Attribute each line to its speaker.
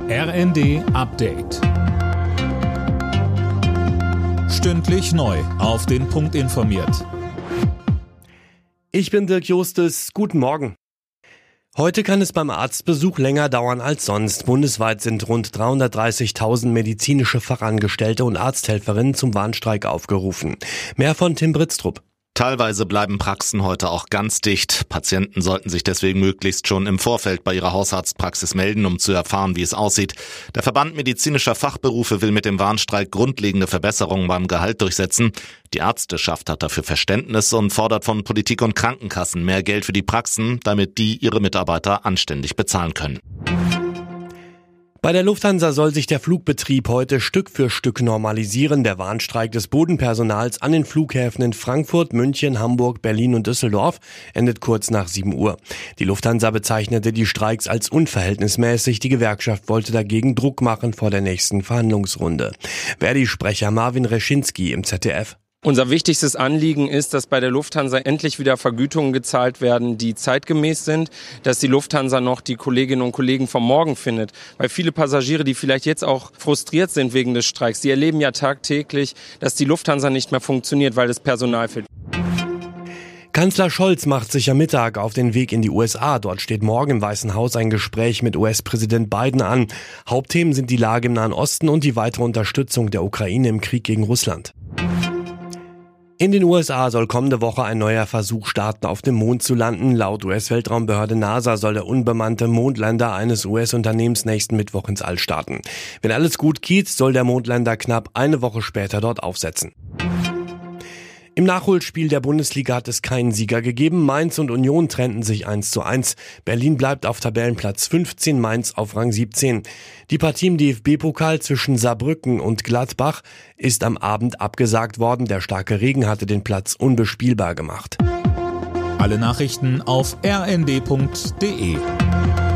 Speaker 1: RND Update. Stündlich neu auf den Punkt informiert.
Speaker 2: Ich bin Dirk Justus. Guten Morgen. Heute kann es beim Arztbesuch länger dauern als sonst. Bundesweit sind rund 330.000 medizinische Fachangestellte und Arzthelferinnen zum Warnstreik aufgerufen. Mehr von Tim Britztrup.
Speaker 3: Teilweise bleiben Praxen heute auch ganz dicht. Patienten sollten sich deswegen möglichst schon im Vorfeld bei ihrer Hausarztpraxis melden, um zu erfahren, wie es aussieht. Der Verband medizinischer Fachberufe will mit dem Warnstreik grundlegende Verbesserungen beim Gehalt durchsetzen. Die Ärzteschaft hat dafür Verständnis und fordert von Politik und Krankenkassen mehr Geld für die Praxen, damit die ihre Mitarbeiter anständig bezahlen können.
Speaker 2: Bei der Lufthansa soll sich der Flugbetrieb heute Stück für Stück normalisieren. Der Warnstreik des Bodenpersonals an den Flughäfen in Frankfurt, München, Hamburg, Berlin und Düsseldorf endet kurz nach 7 Uhr. Die Lufthansa bezeichnete die Streiks als unverhältnismäßig. Die Gewerkschaft wollte dagegen Druck machen vor der nächsten Verhandlungsrunde. Verdi-Sprecher Marvin Reschinski im ZDF.
Speaker 4: Unser wichtigstes Anliegen ist, dass bei der Lufthansa endlich wieder Vergütungen gezahlt werden, die zeitgemäß sind, dass die Lufthansa noch die Kolleginnen und Kollegen vom Morgen findet. Weil viele Passagiere, die vielleicht jetzt auch frustriert sind wegen des Streiks, die erleben ja tagtäglich, dass die Lufthansa nicht mehr funktioniert, weil das Personal fehlt.
Speaker 2: Kanzler Scholz macht sich am Mittag auf den Weg in die USA. Dort steht morgen im Weißen Haus ein Gespräch mit US-Präsident Biden an. Hauptthemen sind die Lage im Nahen Osten und die weitere Unterstützung der Ukraine im Krieg gegen Russland. In den USA soll kommende Woche ein neuer Versuch starten, auf dem Mond zu landen. Laut US-Weltraumbehörde NASA soll der unbemannte Mondlander eines US-Unternehmens nächsten Mittwoch ins All starten. Wenn alles gut geht, soll der Mondlander knapp eine Woche später dort aufsetzen. Im Nachholspiel der Bundesliga hat es keinen Sieger gegeben. Mainz und Union trennten sich 1:1. Berlin bleibt auf Tabellenplatz 15, Mainz auf Rang 17. Die Partie im DFB-Pokal zwischen Saarbrücken und Gladbach ist am Abend abgesagt worden. Der starke Regen hatte den Platz unbespielbar gemacht.
Speaker 1: Alle Nachrichten auf rnd.de.